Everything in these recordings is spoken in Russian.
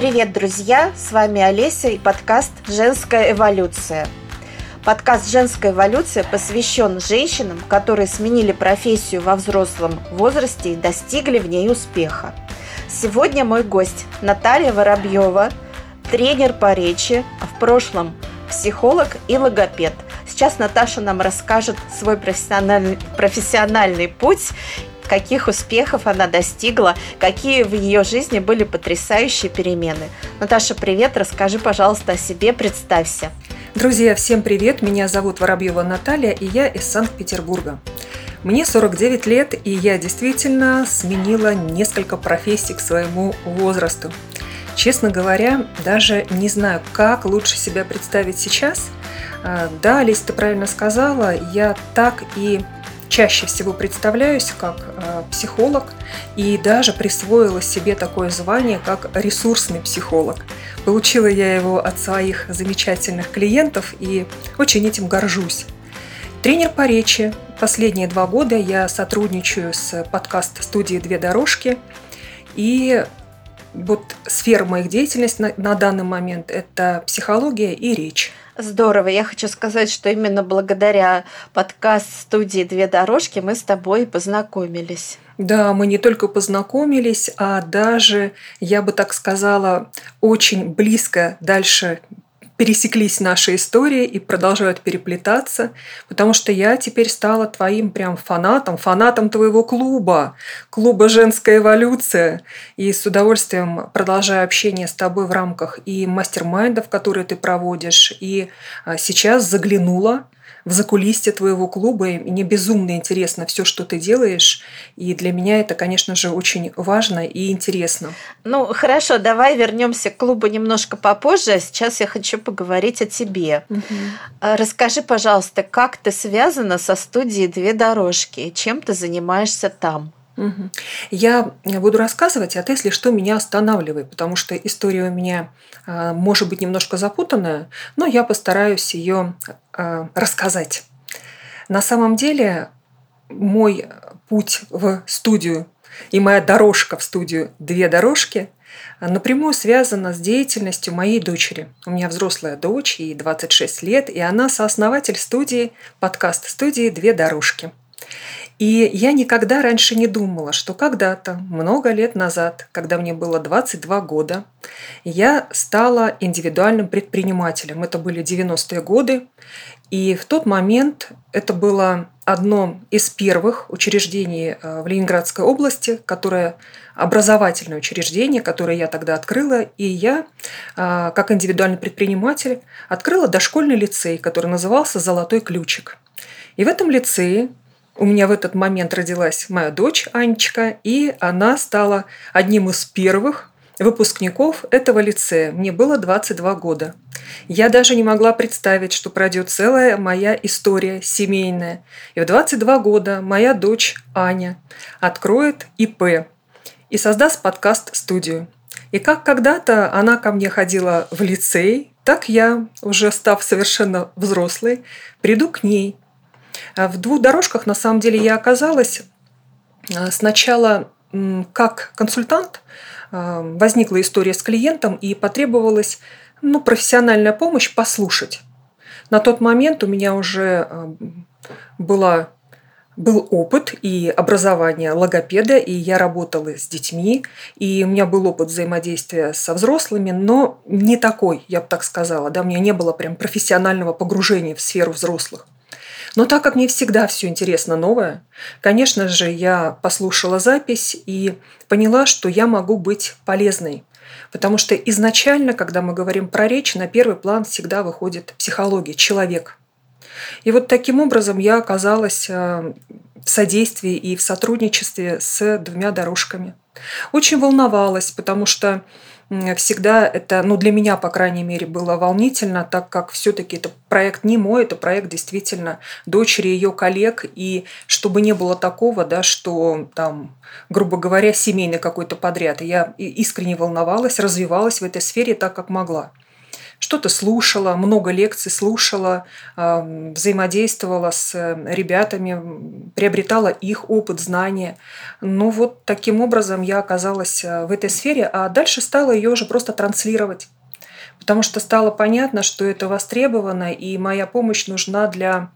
Привет, друзья! С вами Олеся и подкаст «Женская эволюция». Подкаст «Женская эволюция» посвящен женщинам, которые сменили профессию во взрослом возрасте и достигли в ней успеха. Сегодня мой гость Наталья Воробьева, тренер по речи, а в прошлом психолог и логопед. Сейчас Наташа нам расскажет свой профессиональный путь, каких успехов она достигла, какие в ее жизни были потрясающие перемены. Наташа, привет, расскажи, пожалуйста, о себе, представься. Друзья, всем привет, меня зовут Воробьева Наталья, и я из Санкт-Петербурга. Мне 49 лет, и я действительно сменила несколько профессий к своему возрасту. Честно говоря, даже не знаю, как лучше себя представить сейчас. Да, Лиза, ты правильно сказала, я так и чаще всего представляюсь как психолог и даже присвоила себе такое звание, как ресурсный психолог. Получила я его от своих замечательных клиентов и очень этим горжусь. Тренер по речи. Последние 2 года я сотрудничаю с подкаст-студией «Две дорожки». И вот сфера моих деятельности на данный момент – это психология и речь. Здорово. Я хочу сказать, что именно благодаря подкаст-студии «Две дорожки» мы с тобой познакомились. Да, мы не только познакомились, а даже, я бы так сказала, очень близко дальше пересеклись наши истории и продолжают переплетаться, потому что я теперь стала твоим прям фанатом твоего клуба «Женская эволюция». И с удовольствием продолжаю общение с тобой в рамках и мастер-майндов, которые ты проводишь. И сейчас заглянула в закулисье твоего клуба, и мне безумно интересно все, что ты делаешь, и для меня это, конечно же, очень важно и интересно. Ну, хорошо, давай вернемся к клубу немножко попозже, а сейчас я хочу поговорить о тебе. Расскажи, пожалуйста, как ты связана со студией «Две дорожки» и чем ты занимаешься там? Я буду рассказывать, а ты, если что, меня останавливай, потому что история у меня может быть немножко запутанная, но я постараюсь ее рассказать. На самом деле мой путь в студию и моя дорожка в студию «Две дорожки» напрямую связана с деятельностью моей дочери. У меня взрослая дочь, ей 26 лет, и она сооснователь студии, подкаст-студии «Две дорожки». И я никогда раньше не думала, что когда-то, много лет назад, когда мне было 22 года, я стала индивидуальным предпринимателем. Это были 90-е годы. И в тот момент это было одно из первых учреждений в Ленинградской области, образовательное учреждение, которое я тогда открыла. И я, как индивидуальный предприниматель, открыла дошкольный лицей, который назывался «Золотой ключик». И в этом лицее у меня в этот момент родилась моя дочь Анечка, и она стала одним из первых выпускников этого лицея. Мне было 22 года. Я даже не могла представить, что пройдет целая моя история семейная. И в 22 года моя дочь Аня откроет ИП и создаст подкаст-студию. И как когда-то она ко мне ходила в лицей, так я, уже став совершенно взрослой, приду к ней. В «Двух дорожках» на самом деле я оказалась сначала как консультант. Возникла история с клиентом и потребовалась профессиональная помощь послушать. На тот момент у меня уже был опыт и образование логопеда, и я работала с детьми, и у меня был опыт взаимодействия со взрослыми, но не такой, я бы так сказала. Да, у меня не было прям профессионального погружения в сферу взрослых. Но так как мне всегда все интересно новое, конечно же, я послушала запись и поняла, что я могу быть полезной. Потому что изначально, когда мы говорим про речь, на первый план всегда выходит психология, человек. И вот таким образом я оказалась в содействии и в сотрудничестве с «Двумя дорожками». Очень волновалась, потому что всегда это, для меня, по крайней мере, было волнительно, так как все-таки это проект не мой, это проект действительно дочери, ее коллег, и чтобы не было такого, да, что там, грубо говоря, семейный какой-то подряд. И я искренне волновалась, развивалась в этой сфере так, как могла. что-то слушала, много лекций слушала, взаимодействовала с ребятами, приобретала их опыт, знания. Ну вот таким образом я оказалась в этой сфере, а дальше стала ее уже просто транслировать. Потому что стало понятно, что это востребовано, и моя помощь нужна для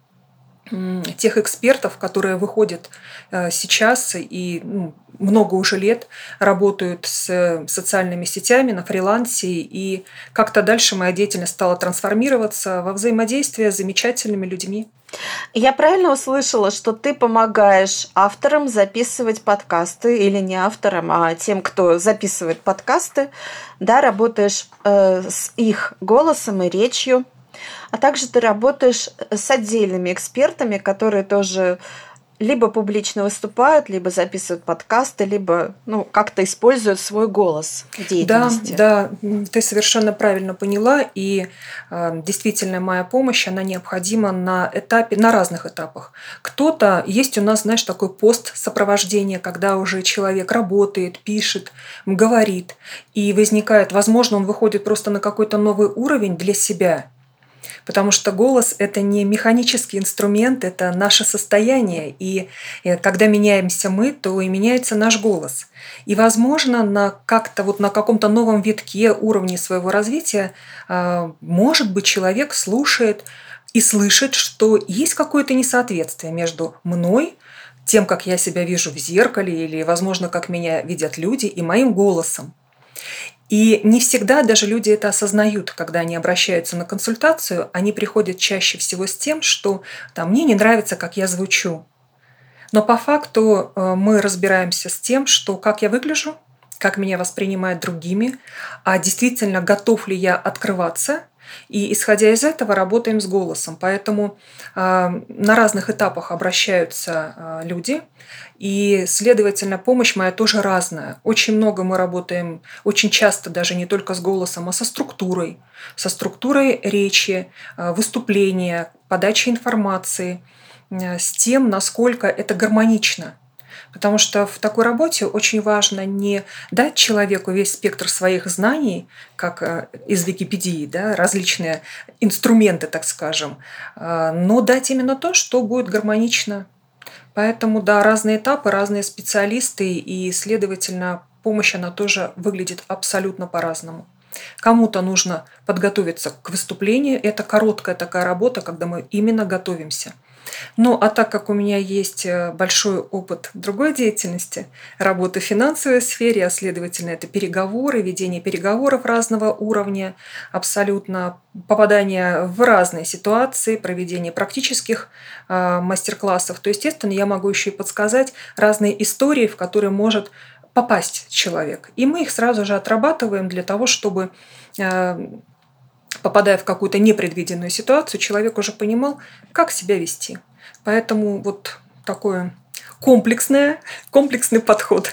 тех экспертов, которые выходят сейчас и много уже лет работают с социальными сетями на фрилансе, и как-то дальше моя деятельность стала трансформироваться во взаимодействие с замечательными людьми. Я правильно услышала, что ты помогаешь авторам записывать подкасты, или не авторам, а тем, кто записывает подкасты, да, работаешь с их голосом и речью, а также ты работаешь с отдельными экспертами, которые тоже либо публично выступают, либо записывают подкасты, либо как-то используют свой голос в деятельности. Да, ты совершенно правильно поняла, и действительно моя помощь, она необходима на разных этапах. Кто-то, есть у нас, знаешь, такой пост сопровождения, когда уже человек работает, пишет, говорит, и возникает, возможно, он выходит просто на какой-то новый уровень для себя. Потому что голос – это не механический инструмент, это наше состояние. И когда меняемся мы, то и меняется наш голос. И, возможно, на каком-то новом витке, уровне своего развития, может быть, человек слушает и слышит, что есть какое-то несоответствие между мной, тем, как я себя вижу в зеркале, или, возможно, как меня видят люди, и моим голосом. И не всегда даже люди это осознают, когда они обращаются на консультацию, они приходят чаще всего с тем, что мне не нравится, как я звучу. Но по факту мы разбираемся с тем, что как я выгляжу, как меня воспринимают другими, а действительно готов ли я открываться. И исходя из этого работаем с голосом. Поэтому на разных этапах обращаются люди, и, следовательно, помощь моя тоже разная. Очень много мы работаем, очень часто даже не только с голосом, а со структурой речи, выступления, подачи информации, с тем, насколько это гармонично. Потому что в такой работе очень важно не дать человеку весь спектр своих знаний, как из Википедии, да, различные инструменты, так скажем, но дать именно то, что будет гармонично. Поэтому, да, разные этапы, разные специалисты, и, следовательно, помощь, она тоже выглядит абсолютно по-разному. Кому-то нужно подготовиться к выступлению. Это короткая такая работа, когда мы именно готовимся. Ну, а так как у меня есть большой опыт другой деятельности, работы в финансовой сфере, а следовательно, это переговоры, ведение переговоров разного уровня, абсолютно попадание в разные ситуации, проведение практических мастер-классов, то, естественно, я могу еще и подсказать разные истории, в которые может попасть человек. И мы их сразу же отрабатываем для того, чтобы, попадая в какую-то непредвиденную ситуацию, человек уже понимал, как себя вести. Поэтому вот такой комплексный подход.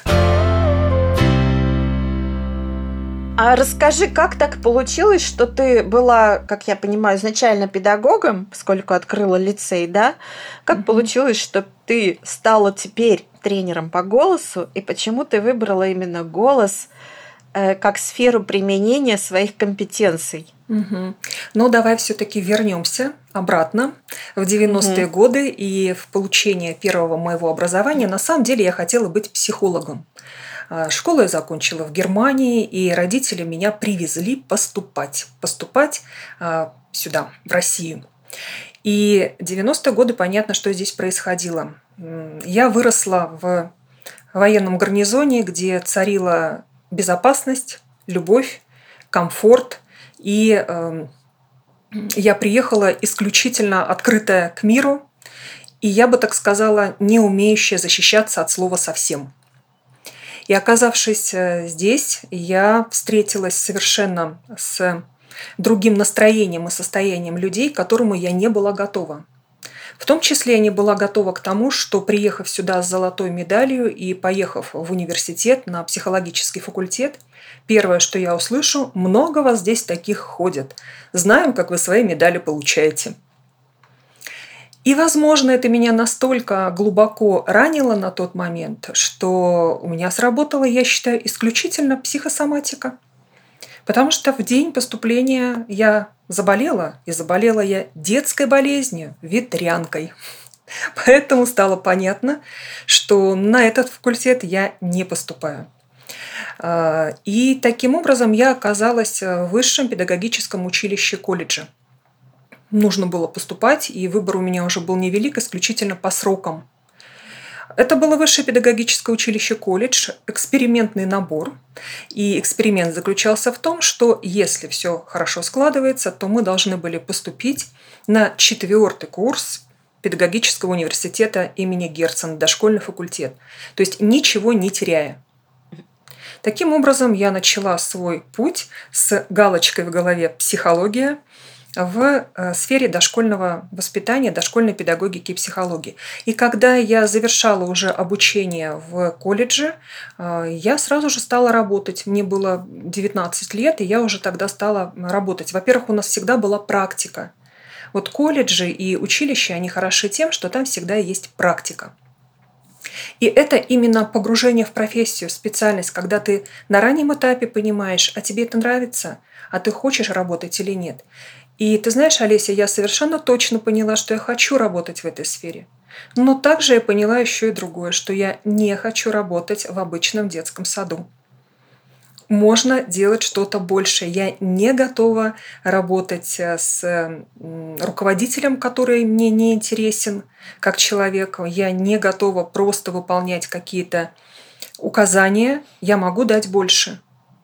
А расскажи, как так получилось, что ты была, как я понимаю, изначально педагогом, поскольку открыла лицей, да? Как получилось, что ты стала теперь тренером по голосу, и почему ты выбрала именно голос как сферу применения своих компетенций? Ну, давай все-таки вернемся обратно в 90-е годы и в получение первого моего образования. На самом деле я хотела быть психологом. Школу я закончила в Германии, и родители меня привезли поступать сюда, в Россию. И 90-е годы, понятно, что здесь происходило. Я выросла в военном гарнизоне, где царила безопасность, любовь, комфорт. И я приехала исключительно открытая к миру, и я бы так сказала, не умеющая защищаться от слова совсем. И оказавшись здесь, я встретилась совершенно с другим настроением и состоянием людей, к которому я не была готова. В том числе я не была готова к тому, что, приехав сюда с золотой медалью и поехав в университет на психологический факультет, первое, что я услышу: много вас здесь таких ходят. Знаем, как вы свои медали получаете. И, возможно, это меня настолько глубоко ранило на тот момент, что у меня сработала, я считаю, исключительно психосоматика. Потому что в день поступления я заболела, и заболела я детской болезнью, ветрянкой. Поэтому стало понятно, что на этот факультет я не поступаю. И таким образом я оказалась в высшем педагогическом училище колледжа. Нужно было поступать, и выбор у меня уже был невелик, исключительно по срокам. Это было высшее педагогическое училище колледж, экспериментный набор. И эксперимент заключался в том, что если все хорошо складывается, то мы должны были поступить на 4-й курс педагогического университета имени Герцена, дошкольный факультет. То есть ничего не теряя. Таким образом, я начала свой путь с галочкой в голове «психология» в сфере дошкольного воспитания, дошкольной педагогики и психологии. И когда я завершала уже обучение в колледже, я сразу же стала работать. Мне было 19 лет, и я уже тогда стала работать. Во-первых, у нас всегда была практика. Вот колледжи и училища, они хороши тем, что там всегда есть практика. И это именно погружение в профессию, специальность, когда ты на раннем этапе понимаешь, а тебе это нравится, а ты хочешь работать или нет. И ты знаешь, Олеся, я совершенно точно поняла, что я хочу работать в этой сфере. Но также я поняла еще и другое, что я не хочу работать в обычном детском саду. Можно делать что-то большее. Я не готова работать с руководителем, который мне не интересен как человек. Я не готова просто выполнять какие-то указания. Я могу дать больше.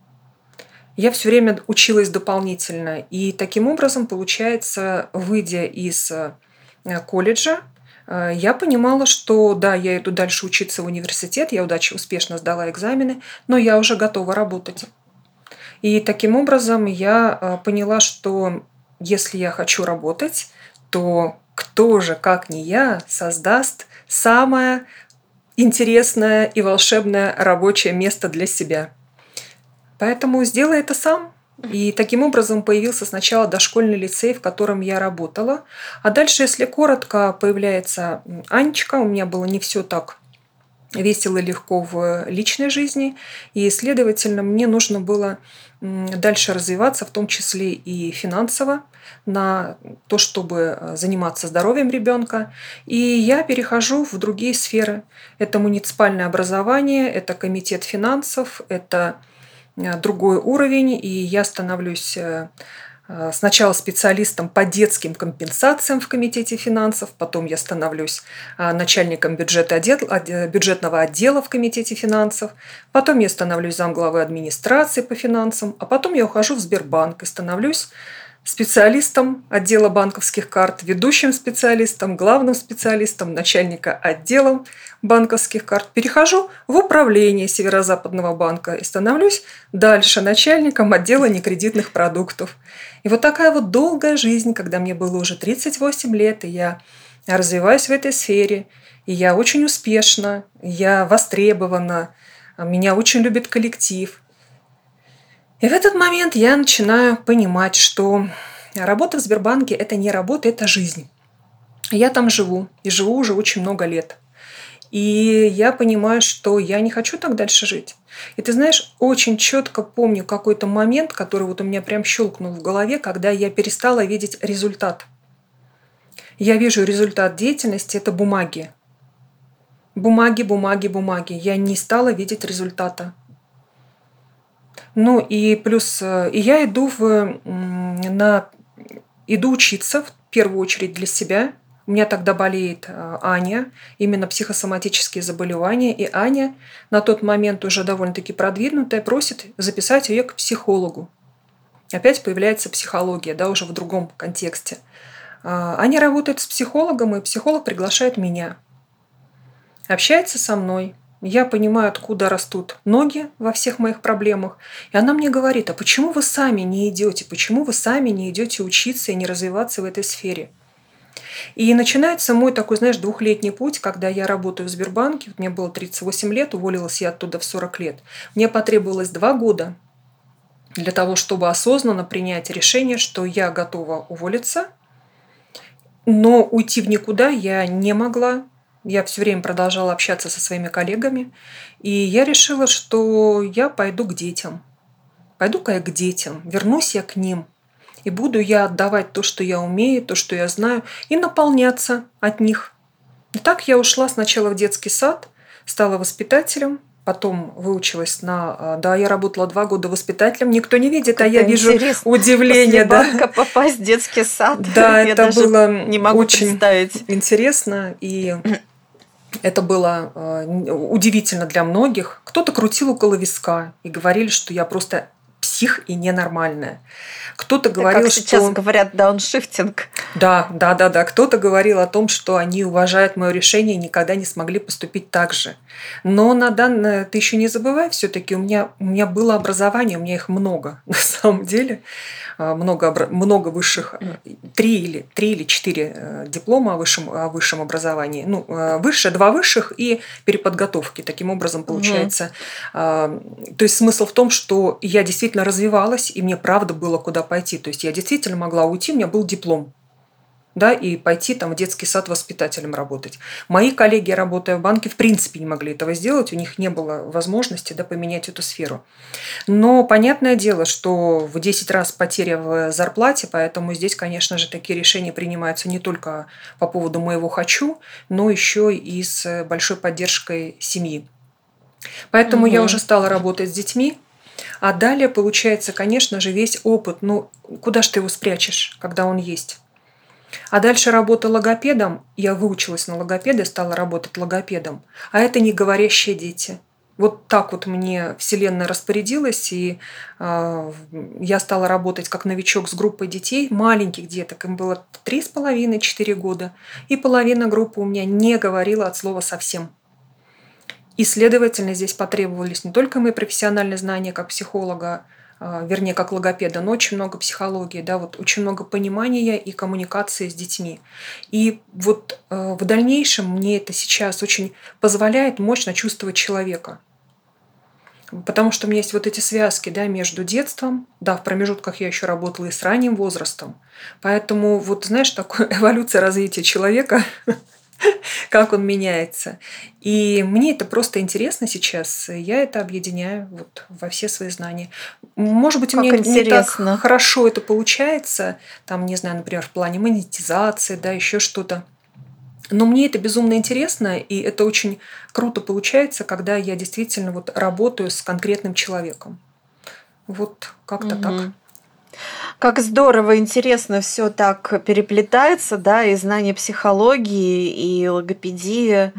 Я все время училась дополнительно. И таким образом, получается, выйдя из колледжа, я понимала, что да, я иду дальше учиться в университет, я успешно сдала экзамены, но я уже готова работать. И таким образом я поняла, что если я хочу работать, то кто же, как не я, создаст самое интересное и волшебное рабочее место для себя. Поэтому сделай это сам. И таким образом появился сначала дошкольный лицей, в котором я работала. А дальше, если коротко, появляется Анечка. У меня было не все так весело и легко в личной жизни. И, следовательно, мне нужно было дальше развиваться, в том числе и финансово, на то, чтобы заниматься здоровьем ребенка. И я перехожу в другие сферы. Это муниципальное образование, это комитет финансов, это другой уровень, и я становлюсь сначала специалистом по детским компенсациям в комитете финансов, потом я становлюсь начальником бюджетного отдела в комитете финансов, потом я становлюсь замглавы администрации по финансам, а потом я ухожу в Сбербанк и становлюсь специалистом отдела банковских карт, ведущим специалистом, главным специалистом, начальника отдела банковских карт. Перехожу в управление Северо-Западного банка и становлюсь дальше начальником отдела некредитных продуктов. И вот такая вот долгая жизнь, когда мне было уже 38 лет, и я развиваюсь в этой сфере, и я очень успешна, я востребована, меня очень любит коллектив. И в этот момент я начинаю понимать, что работа в Сбербанке – это не работа, это жизнь. Я там живу, и живу уже очень много лет. И я понимаю, что я не хочу так дальше жить. И ты знаешь, очень четко помню какой-то момент, который вот у меня прям щелкнул в голове, когда я перестала видеть результат. Я вижу результат деятельности – это бумаги. Бумаги, бумаги, бумаги. Я не стала видеть результата. Ну и плюс и я иду учиться в первую очередь для себя. У меня тогда болеет Аня, именно психосоматические заболевания. И Аня на тот момент уже довольно-таки продвинутая, просит записать ее к психологу. Опять появляется психология, да, уже в другом контексте. Аня работает с психологом, и психолог приглашает меня. Общается со мной. Я понимаю, откуда растут ноги во всех моих проблемах. И она мне говорит, а почему вы сами не идете? Почему вы сами не идете учиться и не развиваться в этой сфере? И начинается мой такой, знаешь, 2-летний путь, когда я работаю в Сбербанке. Мне было 38 лет, уволилась я оттуда в 40 лет. Мне потребовалось 2 года для того, чтобы осознанно принять решение, что я готова уволиться, но уйти в никуда я не могла. Я все время продолжала общаться со своими коллегами, и я решила, что я пойду к детям. пойду-ка я к детям, вернусь я к ним. И буду я отдавать то, что я умею, то, что я знаю, и наполняться от них. И так я ушла сначала в детский сад, стала воспитателем, потом выучилась Да, я работала 2 года воспитателем. Никто не видит, Как а я вижу интересно. удивление. После банка попасть в детский сад. Да, Я это даже было не могу очень представить. интересно. И это было удивительно для многих. Кто-то крутил около виска и говорили, что я просто псих и ненормальная. Кто-то говорил, как сейчас что... говорят, дауншифтинг. Да. Кто-то говорил о том, что они уважают мое решение и никогда не смогли поступить так же. Но ты еще не забывай, все-таки у меня было образование, у меня их много на самом деле. Много высших, 3 или 4 диплома о высшем образовании. Высшее, 2 высших и переподготовки. Таким образом, получается. То есть смысл в том, что я действительно развивалась, и мне правда было куда пойти. То есть я действительно могла уйти, у меня был диплом. Да, и пойти в детский сад воспитателем работать. Мои коллеги, работая в банке, в принципе не могли этого сделать, у них не было возможности поменять эту сферу. Но понятное дело, что в 10 раз потеря в зарплате, поэтому здесь, конечно же, такие решения принимаются не только по поводу моего «хочу», но еще и с большой поддержкой семьи. Поэтому я уже стала работать с детьми, а далее получается, конечно же, весь опыт. Куда ж ты его спрячешь, когда он есть? А дальше работа логопедом. Я выучилась на логопеда и стала работать логопедом. А это не говорящие дети. Вот так вот мне Вселенная распорядилась, и я стала работать как новичок с группой детей, маленьких деток. Им было 3,5-4 года. И половина группы у меня не говорила от слова совсем. И, следовательно, здесь потребовались не только мои профессиональные знания как психолога, вернее, как логопеда, но очень много психологии, очень много понимания и коммуникации с детьми. И в дальнейшем мне это сейчас очень позволяет мощно чувствовать человека. Потому что у меня есть эти связки между детством, в промежутках я еще работала и с ранним возрастом. Поэтому, такая эволюция развития человека, как он меняется. И мне это просто интересно сейчас. Я это объединяю во все свои знания. Может быть, у меня не так хорошо это получается, не знаю, например, в плане монетизации, еще что-то. Но мне это безумно интересно, и это очень круто получается, когда я действительно работаю с конкретным человеком. Как-то так. Как здорово, интересно все так переплетается, и знание психологии, и логопедия,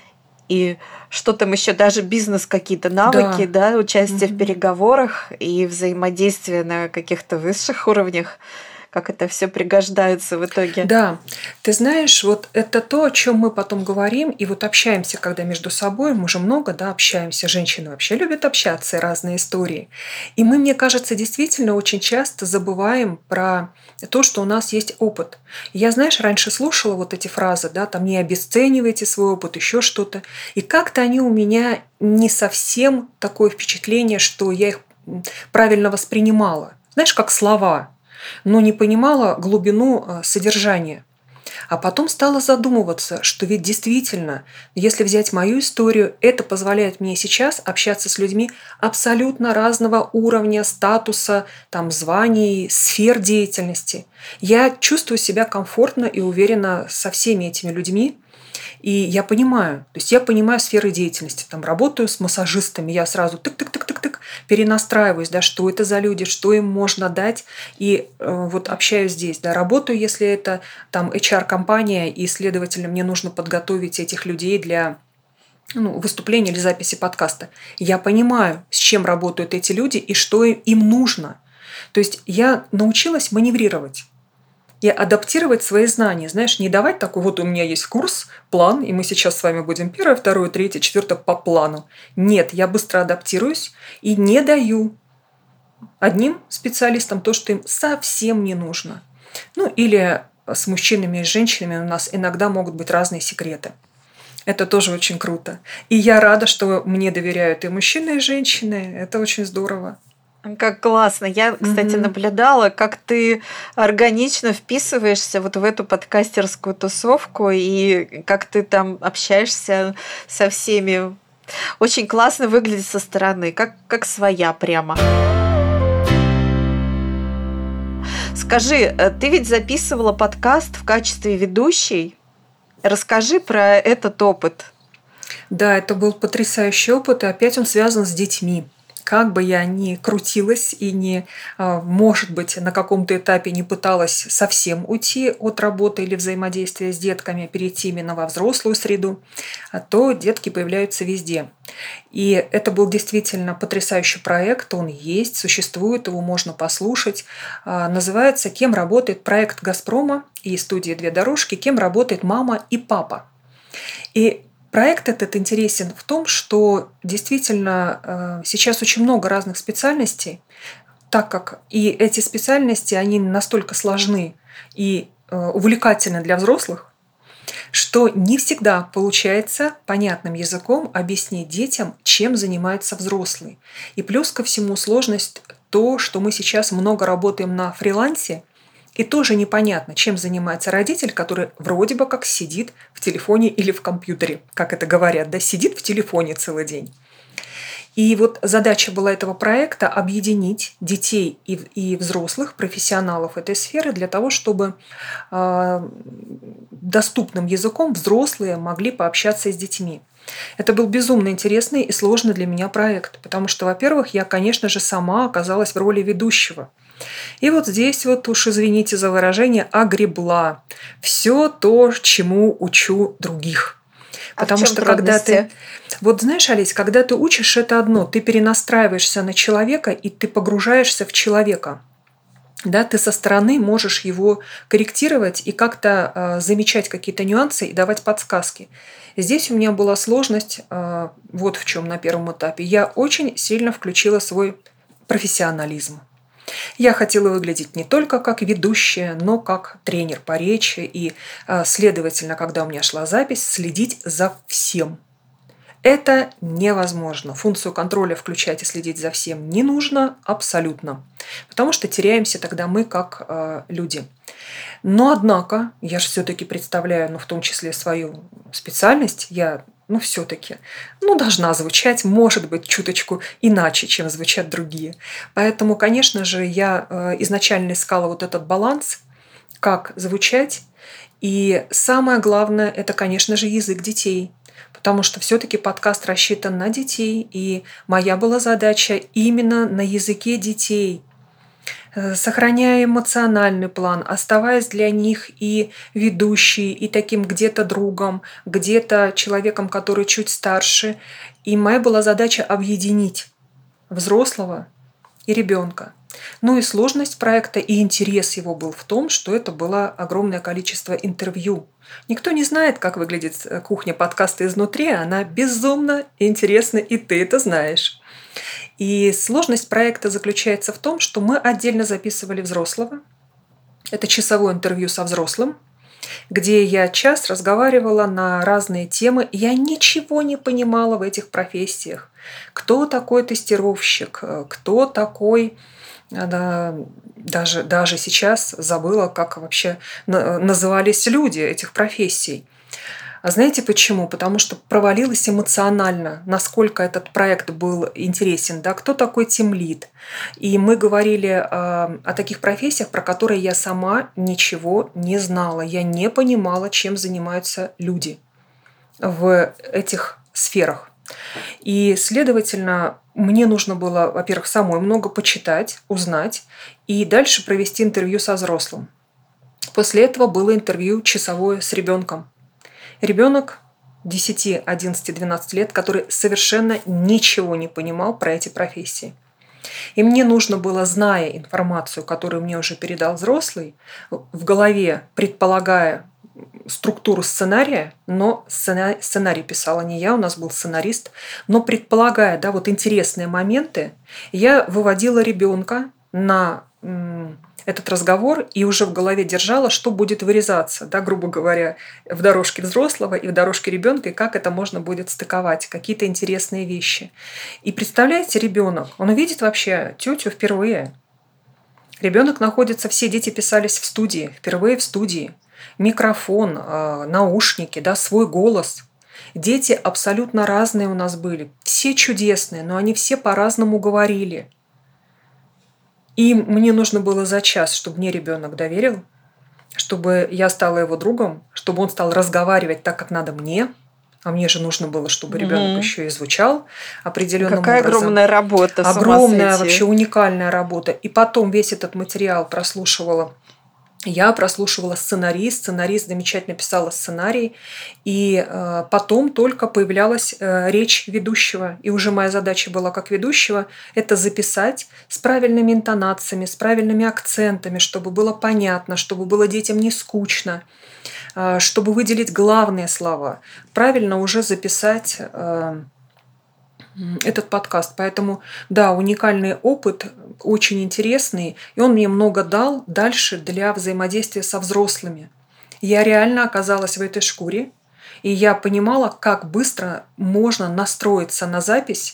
и что там еще, даже бизнес, какие-то навыки, участие в переговорах и взаимодействие на каких-то высших уровнях. Как это все пригождается в итоге. Да, ты знаешь, это то, о чем мы потом говорим, и общаемся, когда между собой, мы же много, общаемся, женщины вообще любят общаться, разные истории. И мы, мне кажется, действительно очень часто забываем про то, что у нас есть опыт. Я, знаешь, раньше слушала эти фразы, не обесценивайте свой опыт, еще что-то. И как-то они у меня не совсем такое впечатление, что я их правильно воспринимала. Знаешь, как слова, но не понимала глубину содержания. А потом стала задумываться, что ведь действительно, если взять мою историю, это позволяет мне сейчас общаться с людьми абсолютно разного уровня, статуса, званий, сфер деятельности. Я чувствую себя комфортно и уверенно со всеми этими людьми. И я понимаю, сферы деятельности. Работаю с массажистами, я сразу тык-тык-тык-тык-тык перенастраиваюсь, что это за люди, что им можно дать. И общаюсь здесь. Работаю, если это HR-компания, и, следовательно, мне нужно подготовить этих людей для выступления или записи подкаста. Я понимаю, с чем работают эти люди и что им нужно. То есть я научилась маневрировать. И адаптировать свои знания. Знаешь, не давать такой, у меня есть курс, план, и мы сейчас с вами будем 1, 2, 3, 4 по плану. Нет, я быстро адаптируюсь и не даю одним специалистам то, что им совсем не нужно. Или с мужчинами и с женщинами у нас иногда могут быть разные секреты. Это тоже очень круто. И я рада, что мне доверяют и мужчины, и женщины. Это очень здорово. Как классно. Я, кстати, наблюдала, как ты органично вписываешься в эту подкастерскую тусовку и как ты там общаешься со всеми. Очень классно выглядит со стороны, как своя прямо. Скажи, ты ведь записывала подкаст в качестве ведущей. Расскажи про этот опыт. Да, это был потрясающий опыт, и опять он связан с детьми. Как бы я ни крутилась и может быть, на каком-то этапе не пыталась совсем уйти от работы или взаимодействия с детками, перейти именно во взрослую среду, то детки появляются везде. И это был действительно потрясающий проект, он есть, существует, его можно послушать. Называется «Кем работает проект «Газпрома» и студии «Две дорожки», кем работает мама и папа». И проект этот интересен в том, что действительно сейчас очень много разных специальностей, так как и эти специальности, они настолько сложны и увлекательны для взрослых, что не всегда получается понятным языком объяснить детям, чем занимается взрослый. И плюс ко всему сложность то, что мы сейчас много работаем на фрилансе, и тоже непонятно, чем занимается родитель, который вроде бы как сидит в телефоне или в компьютере, как это говорят, да, сидит в телефоне целый день. И вот задача была этого проекта – объединить детей и взрослых, профессионалов этой сферы для того, чтобы доступным языком взрослые могли пообщаться с детьми. Это был безумно интересный и сложный для меня проект, потому что, во-первых, я, конечно же, сама оказалась в роли ведущего. И вот здесь вот уж, извините за выражение, огребла все то, чему учу других. Потому что когда ты... Вот знаешь, Олесь, когда ты учишь, это одно. Ты перенастраиваешься на человека, и ты погружаешься в человека. Да, ты со стороны можешь его корректировать и как-то замечать какие-то нюансы и давать подсказки. Здесь у меня была сложность вот в чем на первом этапе. Я очень сильно включила свой профессионализм. Я хотела выглядеть не только как ведущая, но как тренер по речи и, следовательно, когда у меня шла запись, следить за всем. Это невозможно. Функцию контроля включать и следить за всем не нужно абсолютно, потому что теряемся тогда мы как люди. Но, однако, я же все-таки представляю, в том числе свою специальность, я все-таки, должна звучать, может быть, чуточку иначе, чем звучат другие. Поэтому, конечно же, я изначально искала вот этот баланс, как звучать. И самое главное, это, конечно же, язык детей. Потому что все-таки подкаст рассчитан на детей, и моя была задача именно на языке детей, сохраняя эмоциональный план, оставаясь для них и ведущей, и таким где-то другом, где-то человеком, который чуть старше. И моя была задача объединить взрослого и ребенка. И сложность проекта и интерес его был в том, что это было огромное количество интервью. Никто не знает, как выглядит кухня подкаста изнутри, она безумно интересна, и ты это знаешь. И сложность проекта заключается в том, что мы отдельно записывали взрослого. Это часовое интервью со взрослым, где я час разговаривала на разные темы. Я ничего не понимала в этих профессиях. Кто такой тестировщик, кто такой... Даже сейчас забыла, как вообще назывались люди этих профессий. А знаете почему? Потому что провалилась эмоционально, насколько этот проект был интересен. Да? Кто такой тимлид? И мы говорили о таких профессиях, про которые я сама ничего не знала. Я не понимала, чем занимаются люди в этих сферах. И, следовательно, мне нужно было, во-первых, самой много почитать, узнать, и дальше провести интервью со взрослым. После этого было интервью часовое с ребенком. Ребенок 10, 11, 12 лет, который совершенно ничего не понимал про эти профессии. И мне нужно было, зная информацию, которую мне уже передал взрослый, в голове, предполагая структуру сценария, но сценарий писала не я, у нас был сценарист, но предполагая, интересные моменты, я выводила ребенка на этот разговор и уже в голове держала, что будет вырезаться, грубо говоря, в дорожке взрослого и в дорожке ребенка, и как это можно будет стыковать, какие-то интересные вещи. И представляете, ребенок, он увидит вообще тетю впервые. Ребенок находится, все дети писались в студии, впервые в студии. Микрофон, наушники, свой голос. Дети абсолютно разные у нас были, все чудесные, но они все по-разному говорили. И мне нужно было за час, чтобы мне ребенок доверил, чтобы я стала его другом, чтобы он стал разговаривать так, как надо мне. А мне же нужно было, чтобы ребенок еще и звучал определенным Какая образом. огромная работа, Огромная, вообще уникальная работа. И потом весь этот материал прослушивала. Я прослушивала сценарист замечательно писала сценарий, и потом только появлялась речь ведущего. И уже моя задача была как ведущего это записать с правильными интонациями, с правильными акцентами, чтобы было понятно, чтобы было детям не скучно, чтобы выделить главные слова, правильно уже записать этот подкаст. Поэтому, да, уникальный опыт, очень интересный, и он мне много дал дальше для взаимодействия со взрослыми. Я реально оказалась в этой шкуре, и я понимала, как быстро можно настроиться на запись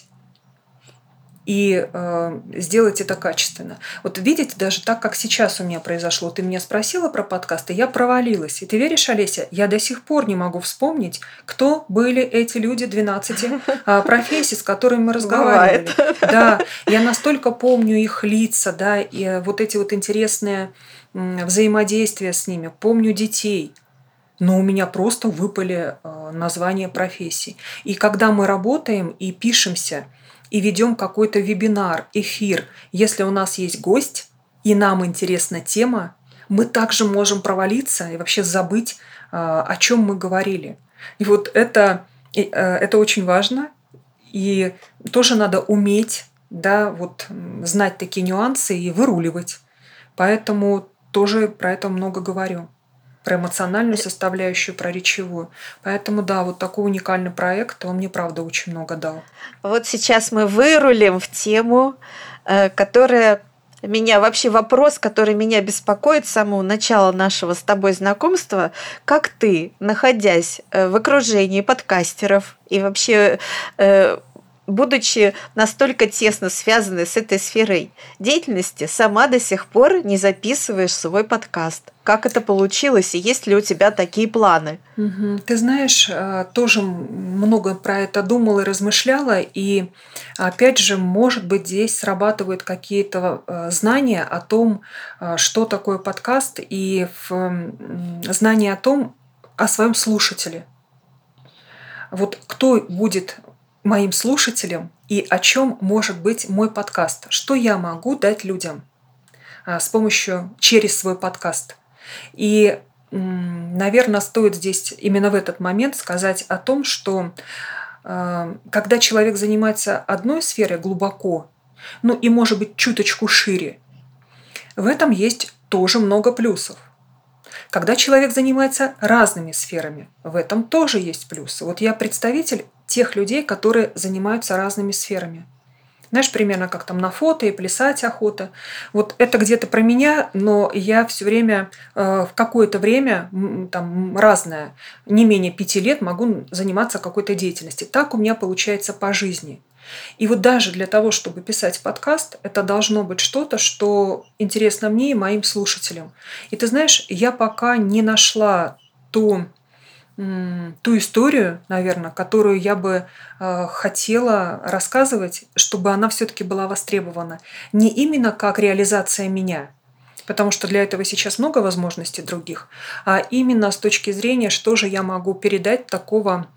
и сделать это качественно. Вот видите, даже так, как сейчас у меня произошло, ты меня спросила про подкасты, я провалилась. И ты веришь, Олеся, я до сих пор не могу вспомнить, кто были эти люди 12 профессий, с которыми мы разговаривали. Бывает. Да, я настолько помню их лица, да, и вот эти вот интересные взаимодействия с ними, помню детей. Но у меня просто выпали названия профессий. И когда мы работаем и пишемся, и ведем какой-то вебинар, эфир, если у нас есть гость, и нам интересна тема, мы также можем провалиться и вообще забыть, о чем мы говорили. И вот это очень важно, и тоже надо уметь, да, вот, знать такие нюансы и выруливать. Поэтому тоже про это много говорю. Про эмоциональную составляющую, про речевую. Поэтому, да, вот такой уникальный проект, он мне, правда, очень много дал. Вот сейчас мы вырулим в тему, которая меня вообще вопрос, который меня беспокоит с самого начала нашего с тобой знакомства. Как ты, находясь в окружении подкастеров и вообще будучи настолько тесно связанной с этой сферой деятельности, сама до сих пор не записываешь свой подкаст? Как это получилось, и есть ли у тебя такие планы? Ты знаешь, тоже много про это думала и размышляла, и опять же, может быть, здесь срабатывают какие-то знания о том, что такое подкаст, и знания о своем слушателе. Вот кто будет моим слушателям и о чем может быть мой подкаст? Что я могу дать людям через свой подкаст? И, наверное, стоит здесь именно в этот момент сказать о том, что когда человек занимается одной сферой глубоко, ну и, может быть, чуточку шире, в этом есть тоже много плюсов. Когда человек занимается разными сферами, в этом тоже есть плюсы. Вот я представитель тех людей, которые занимаются разными сферами. Знаешь, примерно как там на фото и плясать охота. Вот это где-то про меня, но я все время, в какое-то время, там разное, не менее 5 лет могу заниматься какой-то деятельностью. Так у меня получается по жизни. И вот даже для того, чтобы писать подкаст, это должно быть что-то, что интересно мне и моим слушателям. И ты знаешь, я пока не нашла ту историю, наверное, которую я бы хотела рассказывать, чтобы она все-таки была востребована. Не именно как реализация меня, потому что для этого сейчас много возможностей других, а именно с точки зрения, что же я могу передать такого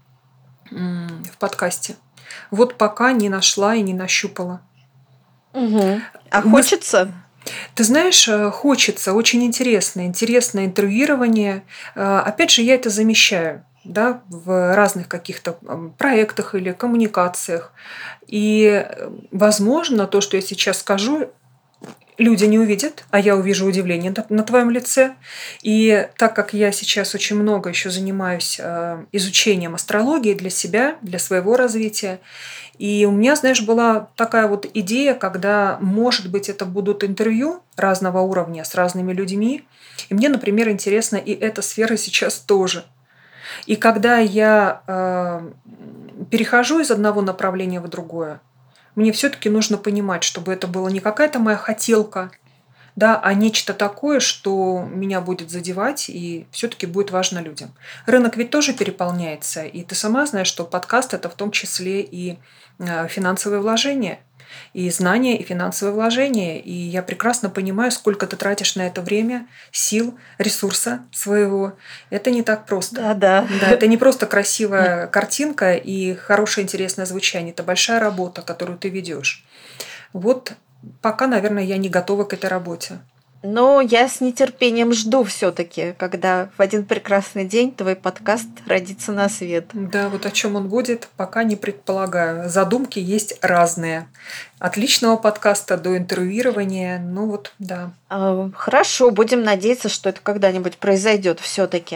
в подкасте. Вот пока не нашла и не нащупала. Угу. А хочется? Ты знаешь, хочется, очень интересное интервьюирование. Опять же, я это замещаю, да, в разных каких-то проектах или коммуникациях. И, возможно, то, что я сейчас скажу, люди не увидят, а я увижу удивление на твоем лице. И так как я сейчас очень много еще занимаюсь изучением астрологии для себя, для своего развития, и у меня, знаешь, была такая вот идея, когда, может быть, это будут интервью разного уровня с разными людьми. И мне, например, интересна и эта сфера сейчас тоже. И когда я перехожу из одного направления в другое, мне все-таки нужно понимать, чтобы это была не какая-то моя хотелка, да, а нечто такое, что меня будет задевать и все-таки будет важно людям. Рынок ведь тоже переполняется, и ты сама знаешь, что подкаст – это в том числе и финансовые вложения. и знания, и финансовые вложения. И я прекрасно понимаю, сколько ты тратишь на это время, сил, ресурса своего. Это не так просто. Да. Да, это не просто красивая картинка и хорошее, интересное звучание. Это большая работа, которую ты ведешь. Вот пока, наверное, я не готова к этой работе. Но я с нетерпением жду все-таки, когда в один прекрасный день твой подкаст родится на свет. Да, вот о чем он будет, пока не предполагаю. Задумки есть разные. От личного подкаста до интервьюирования. Ну вот, да. Хорошо, будем надеяться, что это когда-нибудь произойдет все-таки.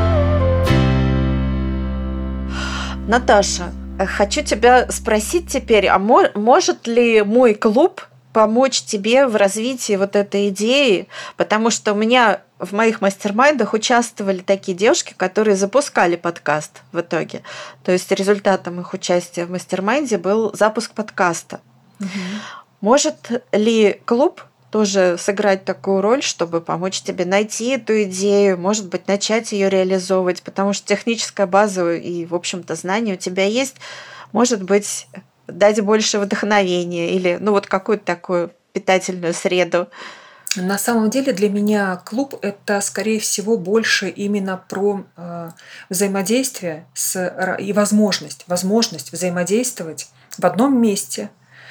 Наташа, хочу тебя спросить теперь, а может ли мой клуб помочь тебе в развитии вот этой идеи, потому что у меня в моих мастер-майндах участвовали такие девушки, которые запускали подкаст в итоге. То есть результатом их участия в мастер-майнде был запуск подкаста. Угу. Может ли клуб тоже сыграть такую роль, чтобы помочь тебе найти эту идею, может быть, начать ее реализовывать, потому что техническая база и, в общем-то, знания у тебя есть, может быть, дать больше вдохновения или, вот какую-то такую питательную среду? На самом деле для меня клуб – это, скорее всего, больше именно про взаимодействие и возможность взаимодействовать в одном месте,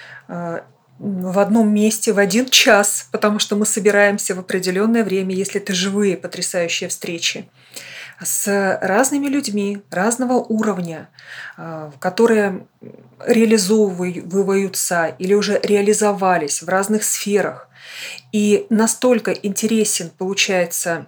в один час, потому что мы собираемся в определенное время, если это живые потрясающие встречи, с разными людьми разного уровня, которые реализовываются или уже реализовались в разных сферах. И настолько интересен получается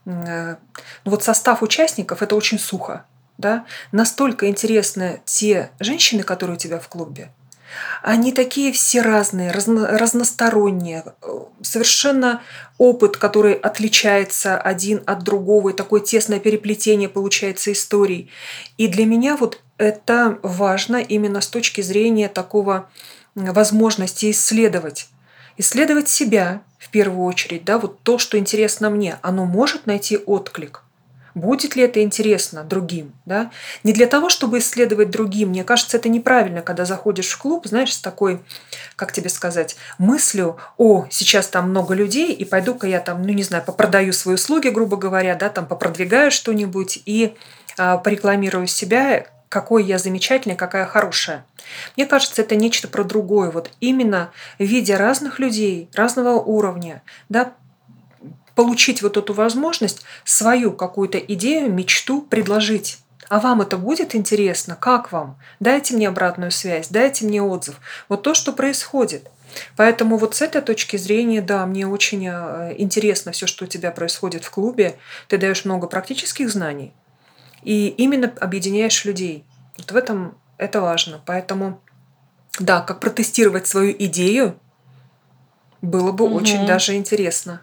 состав участников, это очень сухо. Да? Настолько интересны те женщины, которые у тебя в клубе. Они такие все разные, разносторонние, совершенно опыт, который отличается один от другого, и такое тесное переплетение получается историй. И для меня это важно именно с точки зрения такого возможности исследовать себя в первую очередь, да, то, что интересно мне, оно может найти отклик. Будет ли это интересно другим? Да? Не для того, чтобы исследовать другим. Мне кажется, это неправильно, когда заходишь в клуб, знаешь, с такой, как тебе сказать, мыслью: сейчас там много людей, и пойду-ка я там, попродаю свои услуги, грубо говоря, да, там попродвигаю что-нибудь и порекламирую себя, какой я замечательный, какая хорошая. Мне кажется, это нечто про другое. Именно видя разных людей, разного уровня, да, получить эту возможность, свою какую-то идею, мечту предложить. А вам это будет интересно? Как вам? Дайте мне обратную связь, дайте мне отзыв. То, что происходит. Поэтому с этой точки зрения, да, мне очень интересно все, что у тебя происходит в клубе. Ты даешь много практических знаний и именно объединяешь людей. В этом это важно. Поэтому, да, как протестировать свою идею было бы очень даже интересно.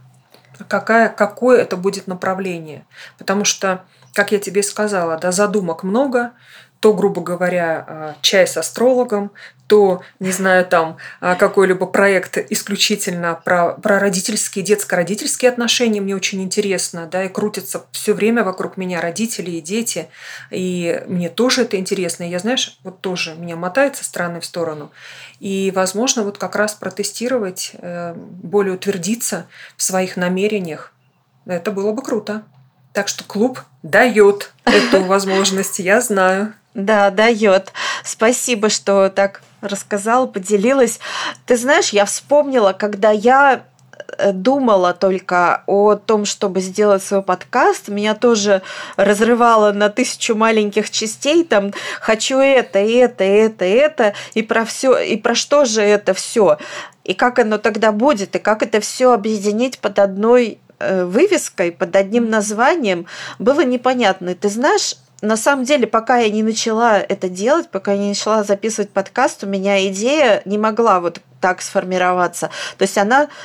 Какое это будет направление. Потому что, как я тебе сказала, да, задумок много, то, грубо говоря, чай с астрологом, то, какой-либо проект исключительно про родительские, детско-родительские отношения. Мне очень интересно, да, и крутятся все время вокруг меня родители и дети, и мне тоже это интересно. И я, тоже меня мотает со стороны в сторону. И, возможно, как раз протестировать, более утвердиться в своих намерениях. Это было бы круто. Так что клуб дает эту возможность, я знаю. Да, дает. Спасибо, что так рассказала, поделилась. Ты знаешь, я вспомнила, когда я думала только о том, чтобы сделать свой подкаст, меня тоже разрывало на 1000 маленьких частей, там хочу это, и про все, и про что же это все, и как оно тогда будет, и как это все объединить под одной вывеской, под одним названием, было непонятно. И ты знаешь, на самом деле, пока я не начала это делать, пока я не начала записывать подкаст, у меня идея не могла так сформироваться. То есть она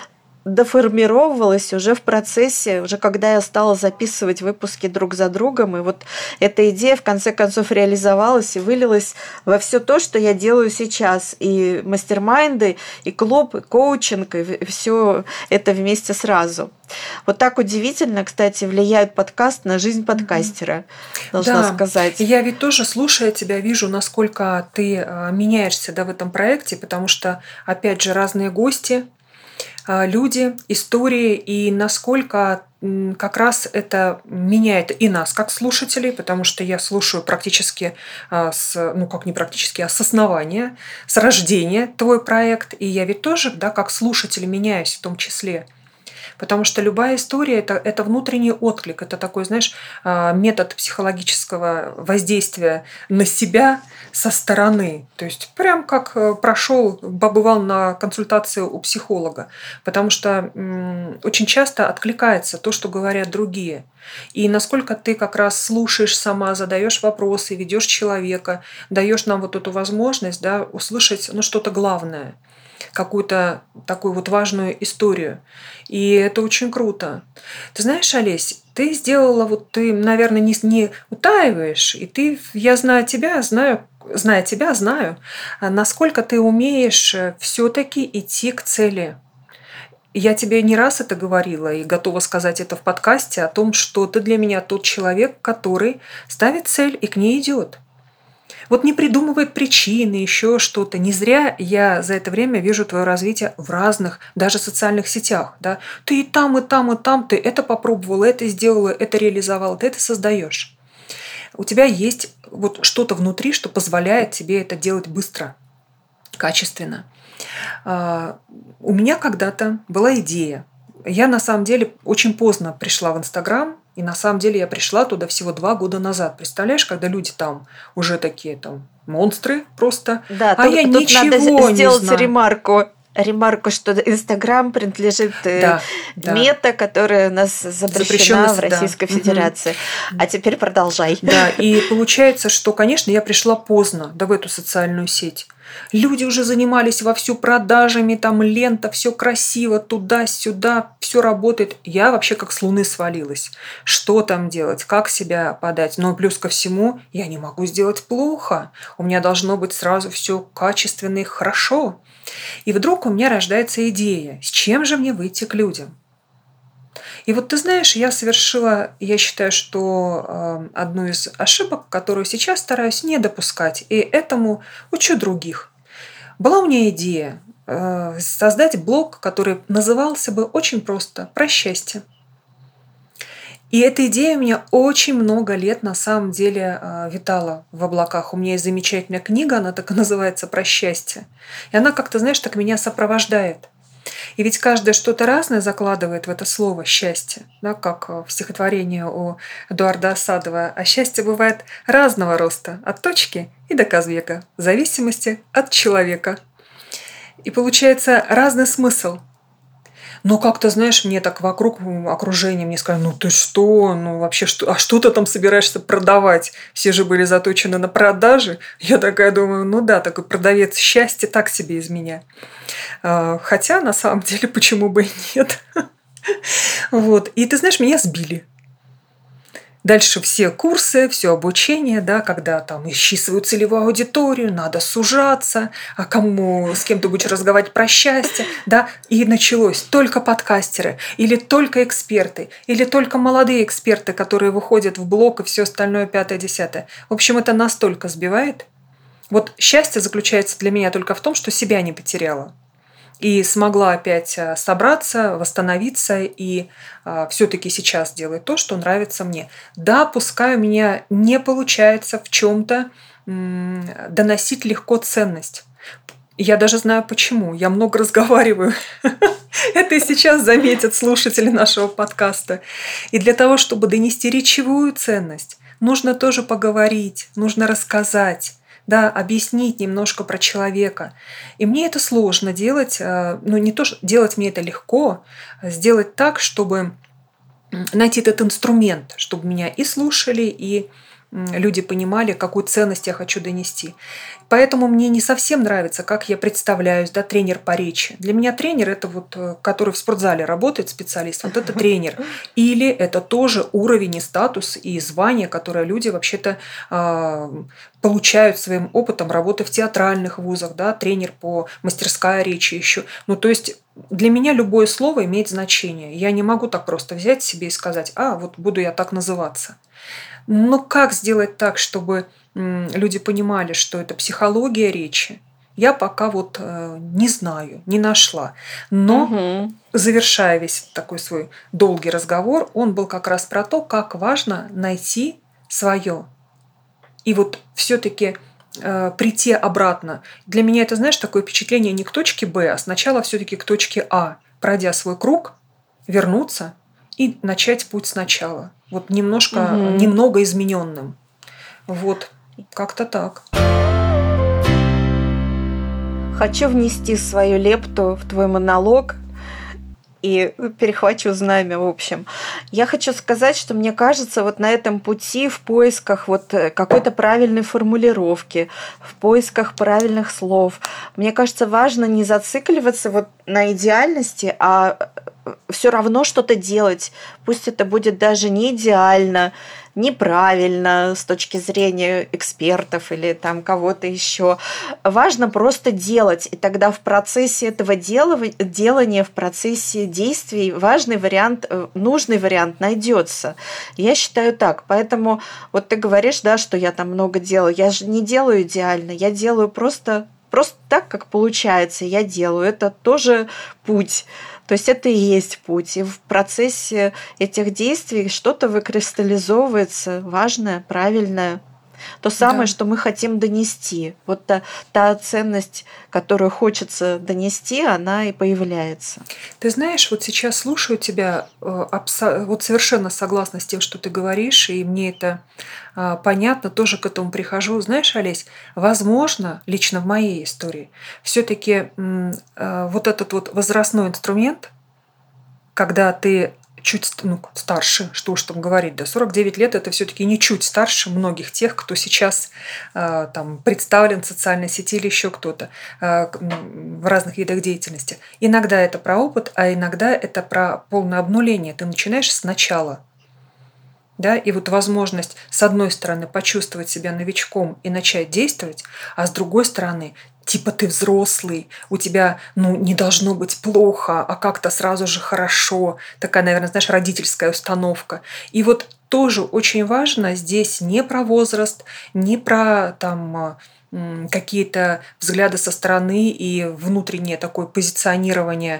доформировалось уже в процессе, уже когда я стала записывать выпуски друг за другом, и вот эта идея в конце концов реализовалась и вылилась во все то, что я делаю сейчас, и мастер-майнды, и клуб, и коучинг, и все это вместе сразу. Вот так удивительно, кстати, влияет подкаст на жизнь подкастера, должна сказать. Я ведь тоже, слушая тебя, вижу, насколько ты меняешься в этом проекте, потому что, опять же, разные гости, люди, истории, и насколько как раз это меняет и нас, как слушателей, потому что я слушаю практически, с основания, с рождения твой проект, и я ведь тоже, как слушатель меняюсь в том числе. Потому что любая история это внутренний отклик, это такой, знаешь, метод психологического воздействия на себя со стороны. То есть прям как побывал на консультации у психолога. Потому что очень часто откликается то, что говорят другие. И насколько ты как раз слушаешь сама, задаешь вопросы, ведешь человека, даешь нам вот эту возможность, услышать что-то главное, какую-то такую вот важную историю. И это очень круто. Ты знаешь, Олесь, ты сделала, ты, наверное, не утаиваешь, и я знаю тебя, знаю, насколько ты умеешь все-таки идти к цели. Я тебе не раз это говорила и готова сказать это в подкасте о том, что ты для меня тот человек, который ставит цель и к ней идет. Вот не придумывает причины, еще что-то. Не зря я за это время вижу твое развитие в разных, даже социальных сетях. Да? Ты и там, и там, и там. Ты это попробовала, это сделала, это реализовала, ты это создаешь. У тебя есть вот что-то внутри, что позволяет тебе это делать быстро, качественно. У меня когда-то была идея. Я на самом деле очень поздно пришла в Инстаграм, и на самом деле я пришла туда всего 2 года назад. Представляешь, когда люди там уже такие монстры просто, да, а я ничего не знаю. Надо сделать ремарку, что Инстаграм принадлежит Мета, которая у нас запрещена в Российской Федерации. А теперь продолжай. Да, и получается, что, конечно, я пришла поздно в эту социальную сеть. Люди уже занимались вовсю продажами, лента, все красиво, туда-сюда, все работает. Я вообще как с луны свалилась. Что там делать, как себя подать? Но плюс ко всему, я не могу сделать плохо. У меня должно быть сразу все качественно и хорошо. И вдруг у меня рождается идея, с чем же мне выйти к людям? И вот ты знаешь, я считаю, что одну из ошибок, которую сейчас стараюсь не допускать, и этому учу других. Была у меня идея создать блог, который назывался бы очень просто «Про счастье». И эта идея у меня очень много лет на самом деле витала в облаках. У меня есть замечательная книга, она так и называется «Про счастье». И она как-то, знаешь, так меня сопровождает. И ведь каждое что-то разное закладывает в это слово «счастье», как в стихотворении у Эдуарда Асадова. А счастье бывает разного роста, от точки и до казвека, в зависимости от человека. И получается разный смысл. Но как-то, знаешь, мне так вокруг окружения мне сказали, ты что, вообще что, а что ты там собираешься продавать? Все же были заточены на продажи. Я такая думаю, такой продавец счастья так себе из меня. Хотя, на самом деле, почему бы и нет. И ты знаешь, меня сбили. Дальше все курсы, все обучение, когда ищи свою целевую аудиторию, надо сужаться, с кем ты будешь разговаривать про счастье, и началось только подкастеры, или только эксперты, или только молодые эксперты, которые выходят в блог и все остальное 5-10. В общем, это настолько сбивает. Вот счастье заключается для меня только в том, что себя не потеряла. И смогла опять собраться, восстановиться и все-таки сейчас делать то, что нравится мне. Да, пускай у меня не получается в чем-то доносить легко ценность. Я даже знаю почему. Я много разговариваю. Это и сейчас заметят слушатели нашего подкаста. И для того, чтобы донести речевую ценность, нужно тоже поговорить, нужно рассказать. Объяснить немножко про человека. И мне это сложно делать, не то, что делать мне это легко, сделать так, чтобы найти этот инструмент, чтобы меня и слушали, и люди понимали, какую ценность я хочу донести. Поэтому мне не совсем нравится, как я представляюсь, да, тренер по речи. Для меня тренер – это вот, который в спортзале работает, специалист, вот это тренер. Или это тоже уровень и статус, и звание, которое люди вообще-то получают своим опытом работы в театральных вузах, да, тренер по мастерская речи еще. Ну, то есть для меня любое слово имеет значение. Я не могу так просто взять себе и сказать, вот буду я так называться. Но как сделать так, чтобы люди понимали, что это психология речи? Я пока вот не знаю, не нашла. Но завершая весь такой свой долгий разговор, он был как раз про то, как важно найти свое. И вот все-таки прийти обратно. Для меня это, знаешь, такое впечатление не к точке Б, а сначала все-таки к точке А. Пройдя свой круг, вернуться и начать путь сначала. Вот немного измененным. Вот, как-то так. Хочу внести свою лепту в твой монолог и перехвачу знамя, в общем. Я хочу сказать, что мне кажется, вот на этом пути в поисках вот какой-то правильной формулировки, в поисках правильных слов, мне кажется, важно не зацикливаться вот на идеальности, а все равно что-то делать. Пусть это будет даже не идеально, неправильно с точки зрения экспертов или там кого-то еще. Важно просто делать. И тогда в процессе этого делания, в процессе действий важный вариант, нужный вариант найдется. Я считаю так. Поэтому вот ты говоришь, да, что я там много делаю. Я же не делаю идеально. Я делаю просто так, как получается. Я делаю. Это тоже путь. То есть это и есть путь. И в процессе этих действий что-то выкристаллизовывается важное, правильное. То самое, что мы хотим донести. Вот та ценность, которую хочется донести, она и появляется. Ты знаешь, вот сейчас слушаю тебя, вот совершенно согласна с тем, что ты говоришь, и мне это понятно, тоже к этому прихожу. Знаешь, Олесь, возможно, лично в моей истории, все-таки вот этот вот возрастной инструмент, когда ты чуть старше, что уж там говорить, 49 лет – это все-таки не чуть старше многих тех, кто сейчас там представлен в социальной сети или еще кто-то в разных видах деятельности. Иногда это про опыт, а иногда это про полное обнуление. Ты начинаешь сначала. Да, и вот возможность, с одной стороны, почувствовать себя новичком и начать действовать, а с другой стороны, типа ты взрослый, у тебя не должно быть плохо, а как-то сразу же хорошо. Такая, наверное, знаешь, родительская установка. И вот тоже очень важно здесь не про возраст, не про там какие-то взгляды со стороны и внутреннее такое позиционирование,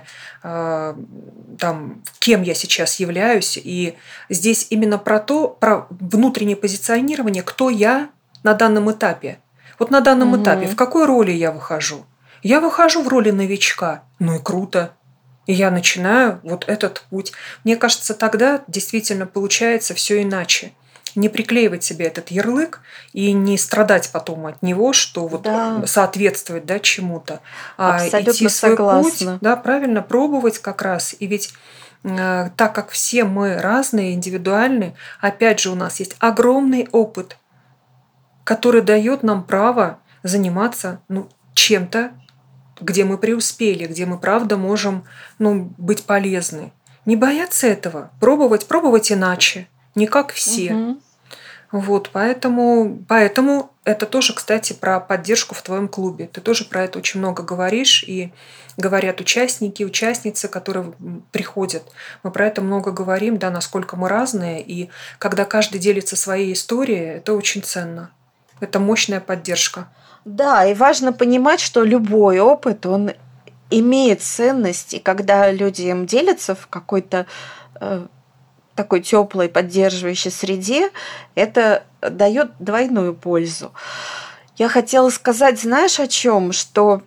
там, кем я сейчас являюсь. И здесь именно про внутреннее позиционирование, кто я на данном этапе. Вот на данном этапе в какой роли я выхожу? Я выхожу в роли новичка. Ну и круто. И я начинаю вот этот путь. Мне кажется, тогда действительно получается все иначе. Не приклеивать себе этот ярлык и не страдать потом от него, что вот соответствует чему-то. Абсолютно идти свой согласна. путь, правильно пробовать как раз. И ведь так как все мы разные, индивидуальны, опять же у нас есть огромный опыт, который дает нам право заниматься чем-то, где мы преуспели, где мы правда можем быть полезны. Не бояться этого, пробовать иначе, не как все. Вот, поэтому это тоже, кстати, про поддержку в твоем клубе. Ты тоже про это очень много говоришь, и говорят участники, участницы, которые приходят. Мы про это много говорим, насколько мы разные, и когда каждый делится своей историей, это очень ценно. Это мощная поддержка. Да, и важно понимать, что любой опыт, он имеет ценность, и когда люди им делятся в какой-то такой теплой, поддерживающей среде, это дает двойную пользу. Я хотела сказать, знаешь, о чем? Что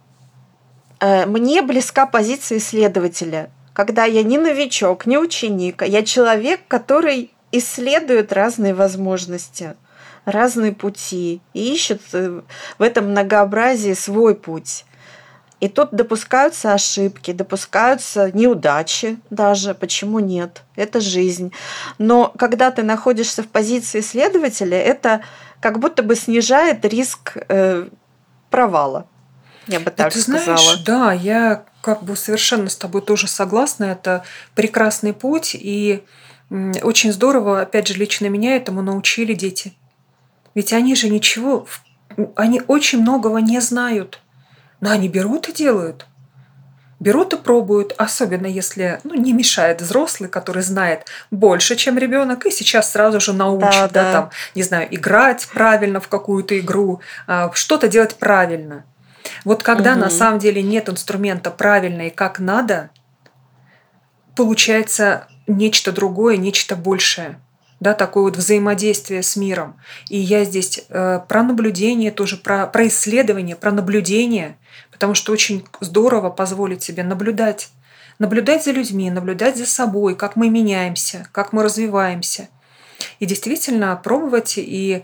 мне близка позиция исследователя, когда я не новичок, не ученик, а я человек, который исследует разные возможности, разные пути и ищет в этом многообразии свой путь. И тут допускаются ошибки, допускаются неудачи даже. Почему нет? Это жизнь. Но когда ты находишься в позиции следователя, это как будто бы снижает риск провала. Я бы Да так ты знаешь, сказала. да, я как бы совершенно с тобой тоже согласна. Это прекрасный путь, и очень здорово, опять же, лично меня этому научили дети. Ведь они же ничего, они очень многого не знают, но они берут и делают. Берут и пробуют, особенно если не мешает взрослый, который знает больше, чем ребенок, и сейчас сразу же Да, научит, да, да. там, не знаю, играть правильно в какую-то игру, что-то делать правильно. Вот когда на Мгм. самом деле нет инструмента правильно и как надо, получается нечто другое, нечто большее. Да, такое вот взаимодействие с миром. И я здесь про наблюдение тоже, про исследование, про наблюдение, потому что очень здорово позволить себе наблюдать. Наблюдать за людьми, наблюдать за собой, как мы меняемся, как мы развиваемся. И действительно пробовать и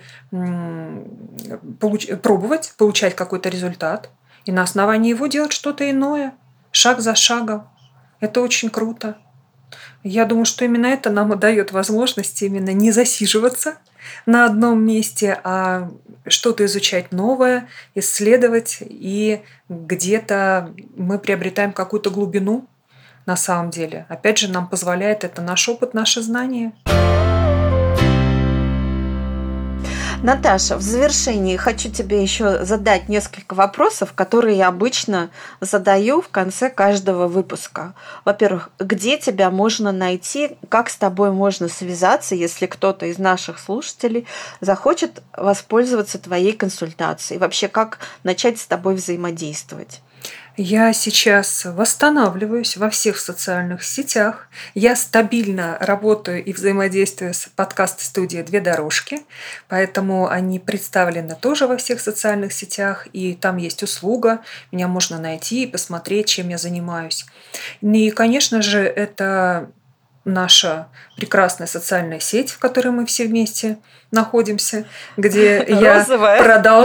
пробовать, получать какой-то результат, и на основании его делать что-то иное, шаг за шагом. Это очень круто. Я думаю, что именно это нам и дает возможность именно не засиживаться на одном месте, а что-то изучать новое, исследовать, и где-то мы приобретаем какую-то глубину на самом деле. Опять же, нам позволяет это наш опыт, наши знания. Наташа, в завершении хочу тебе еще задать несколько вопросов, которые я обычно задаю в конце каждого выпуска. Во-первых, где тебя можно найти, как с тобой можно связаться, если кто-то из наших слушателей захочет воспользоваться твоей консультацией, вообще как начать с тобой взаимодействовать? Я сейчас восстанавливаюсь во всех социальных сетях. Я стабильно работаю и взаимодействую с подкаст-студией «Две дорожки», поэтому они представлены тоже во всех социальных сетях, и там есть услуга, меня можно найти и посмотреть, чем я занимаюсь. И, конечно же, это наша прекрасная социальная сеть, в которой мы все вместе находимся, где я Розовая.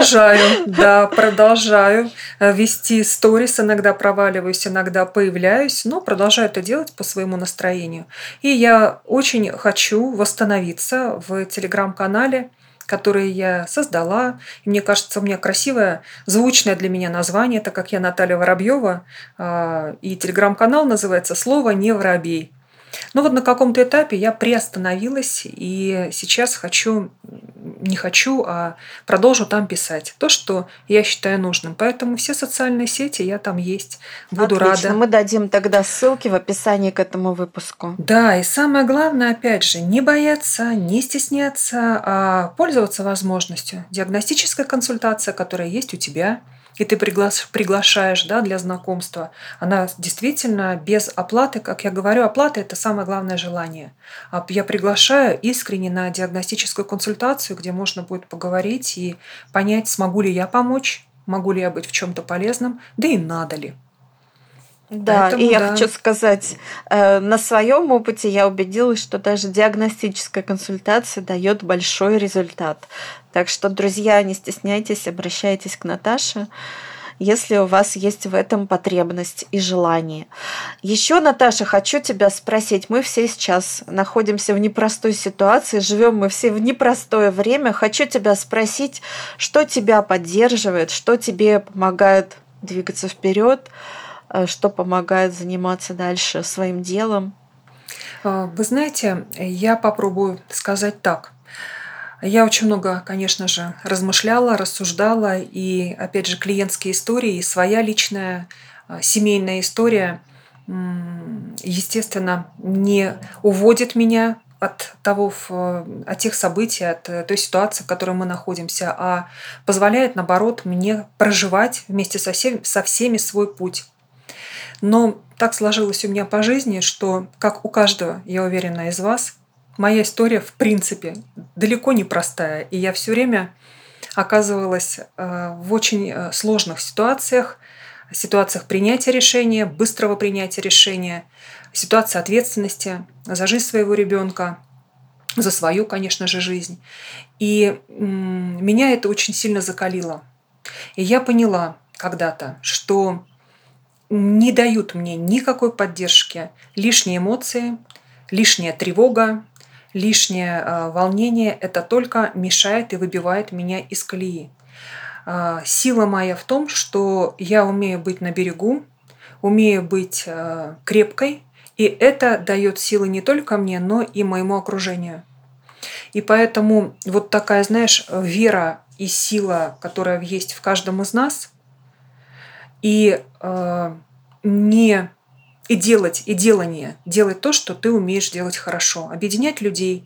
продолжаю вести сторис, иногда проваливаюсь, иногда появляюсь, но продолжаю это делать по своему настроению. И я очень хочу восстановиться в телеграм-канале, который я создала. И мне кажется, у меня красивое, звучное для меня название, так как я Наталья Воробьева, и телеграм-канал называется «Слово не воробей». Но вот на каком-то этапе я приостановилась, и сейчас не хочу, а продолжу там писать то, что я считаю нужным. Поэтому все социальные сети, я там есть. Буду Отлично, рада. мы дадим тогда ссылки в описании к этому выпуску. Да, и самое главное, опять же, не бояться, не стесняться, а пользоваться возможностью. Диагностическая консультация, которая есть у тебя, и ты приглашаешь, да, для знакомства, она действительно без оплаты, как я говорю, оплата – это самое главное желание. Я приглашаю искренне на диагностическую консультацию, где можно будет поговорить и понять, смогу ли я помочь, могу ли я быть в чем-то полезным, да и надо ли. Да, и Поэтому я да. хочу сказать, на своем опыте я убедилась, что даже диагностическая консультация дает большой результат. Так что, друзья, не стесняйтесь, обращайтесь к Наташе, если у вас есть в этом потребность и желание. Еще, Наташа, хочу тебя спросить. Мы все сейчас находимся в непростой ситуации, живем мы все в непростое время. Хочу тебя спросить, что тебя поддерживает, что тебе помогает двигаться вперед, что помогает заниматься дальше своим делом? Вы знаете, я попробую сказать так. Я очень много, конечно же, размышляла, рассуждала, и, опять же, клиентские истории, и своя личная семейная история, естественно, не уводит меня от тех событий, от той ситуации, в которой мы находимся, а позволяет, наоборот, мне проживать вместе со всеми свой путь. Но так сложилось у меня по жизни, что, как у каждого, я уверена, из вас, моя история, в принципе, далеко не простая. И я все время оказывалась в очень сложных ситуациях принятия решения, быстрого принятия решения, ситуации ответственности за жизнь своего ребенка, за свою, конечно же, жизнь. И меня это очень сильно закалило. И я поняла когда-то, что не дают мне никакой поддержки. Лишние эмоции, лишняя тревога, лишнее волнение – это только мешает и выбивает меня из колеи. Сила моя в том, что я умею быть на берегу, умею быть крепкой, и это дает силы не только мне, но и моему окружению. И поэтому вот такая, знаешь, вера и сила, которая есть в каждом из нас, и делание, делать то, что ты умеешь делать хорошо, объединять людей,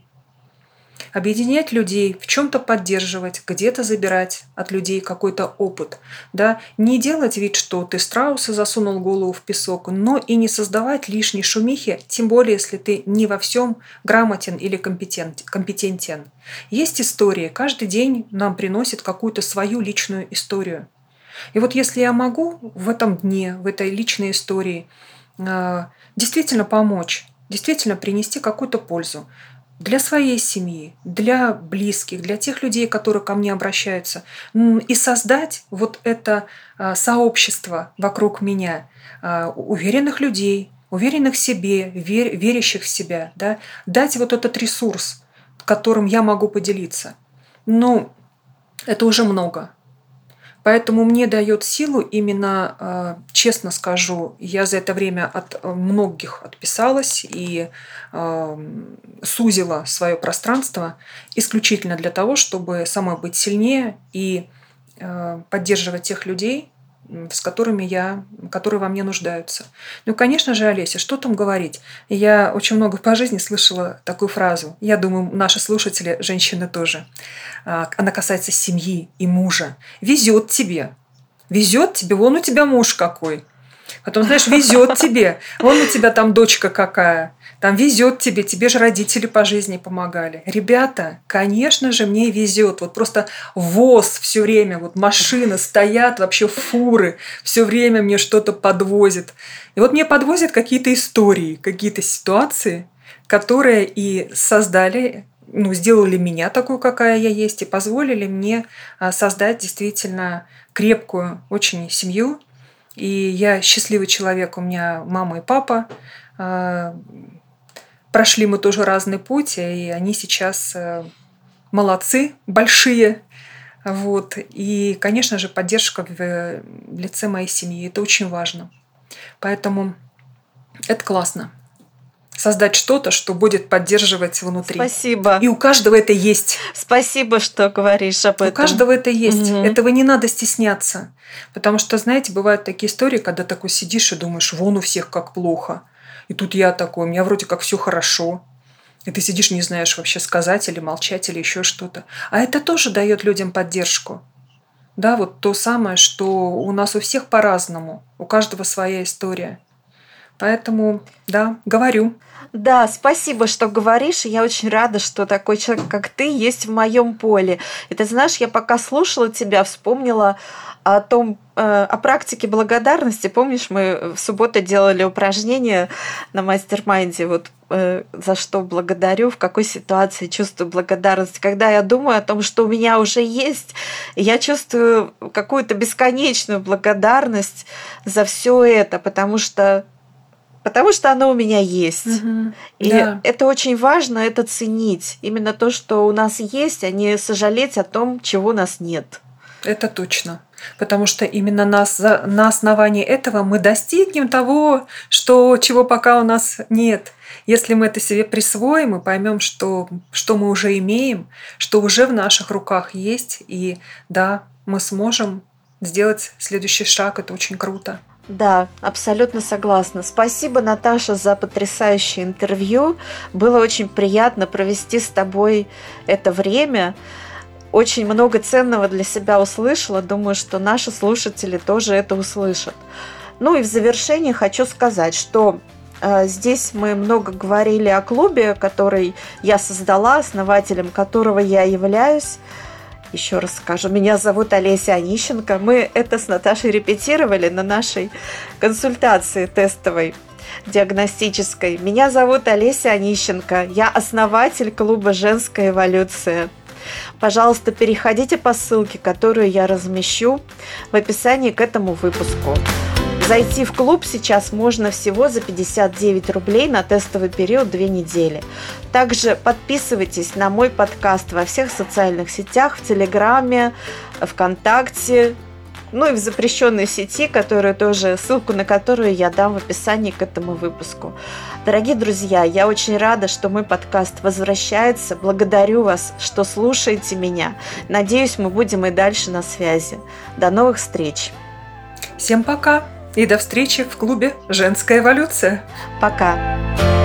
в чем-то поддерживать, где-то забирать от людей какой-то опыт. Да? Не делать вид, что ты страуса засунул голову в песок, но и не создавать лишней шумихи, тем более, если ты не во всем грамотен или компетентен. Есть истории, каждый день нам приносит какую-то свою личную историю. И вот если я могу в этом дне, в этой личной истории действительно помочь, действительно принести какую-то пользу, для своей семьи, для близких, для тех людей, которые ко мне обращаются, и создать вот это сообщество вокруг меня, уверенных людей, уверенных в себе, верящих в себя, да, дать вот этот ресурс, которым я могу поделиться. Это уже много. Поэтому мне дает силу именно, честно скажу, я за это время от многих отписалась и сузила свое пространство исключительно для того, чтобы самой быть сильнее и поддерживать тех людей, которые во мне нуждаются. Конечно же, Олеся, что там говорить? Я очень много по жизни слышала такую фразу. Я думаю, наши слушатели, женщины тоже. Она касается семьи и мужа. Везет тебе, вон у тебя муж какой. Потом, знаешь, везет тебе, вон у тебя там дочка какая. Там везет тебе же родители по жизни помогали. Ребята, конечно же, мне везет. Вот просто воз все время, вот машины стоят, вообще фуры, все время мне что-то подвозят. И вот мне подвозят какие-то истории, какие-то ситуации, которые и создали, сделали меня такой, какая я есть, и позволили мне создать действительно крепкую очень семью. И я счастливый человек, у меня мама и папа. Прошли мы тоже разный путь, и они сейчас молодцы, большие. Вот. И, конечно же, поддержка в лице моей семьи. Это очень важно. Поэтому это классно. Создать что-то, что будет поддерживать внутри. Спасибо. И у каждого это есть. Спасибо, что говоришь об этом. У каждого это есть. Этого не надо стесняться. Потому что, знаете, бывают такие истории, когда такой сидишь и думаешь, вон у всех как плохо. И тут я такой, у меня вроде как все хорошо. И ты сидишь, не знаешь вообще сказать или молчать, или еще что-то. А это тоже дает людям поддержку. Да, вот то самое, что у нас у всех по-разному. У каждого своя история. Поэтому, да, говорю. Да, спасибо, что говоришь. Я очень рада, что такой человек, как ты, есть в моем поле. И ты знаешь, я пока слушала тебя, вспомнила о практике благодарности. Помнишь, мы в субботу делали упражнение на мастер-майнде, за что благодарю, в какой ситуации чувствую благодарность. Когда я думаю о том, что у меня уже есть, я чувствую какую-то бесконечную благодарность за все это, потому что оно у меня есть. И это очень важно, это ценить. Именно то, что у нас есть, а не сожалеть о том, чего у нас нет. Это точно. Потому что именно на основании этого мы достигнем того, чего пока у нас нет. Если мы это себе присвоим и поймем, что мы уже имеем, что уже в наших руках есть, и да, мы сможем сделать следующий шаг, это очень круто. Да, абсолютно согласна. Спасибо, Наташа, за потрясающее интервью. Было очень приятно провести с тобой это время. Очень много ценного для себя услышала. Думаю, что наши слушатели тоже это услышат. И в завершение хочу сказать, что здесь мы много говорили о клубе, который я создала, основателем которого я являюсь. Еще раз скажу, меня зовут Олеся Онищенко. Мы это с Наташей репетировали на нашей консультации тестовой, диагностической. Меня зовут Олеся Онищенко. Я основатель клуба «Женская эволюция». Пожалуйста, переходите по ссылке, которую я размещу в описании к этому выпуску. Зайти в клуб сейчас можно всего за 59 рублей на тестовый период 2 недели. Также подписывайтесь на мой подкаст во всех социальных сетях, в Телеграме, ВКонтакте, ну и в запрещенной сети, ссылку на которую я дам в описании к этому выпуску. Дорогие друзья, я очень рада, что мой подкаст возвращается. Благодарю вас, что слушаете меня. Надеюсь, мы будем и дальше на связи. До новых встреч. Всем пока и до встречи в клубе «Женская эволюция». Пока.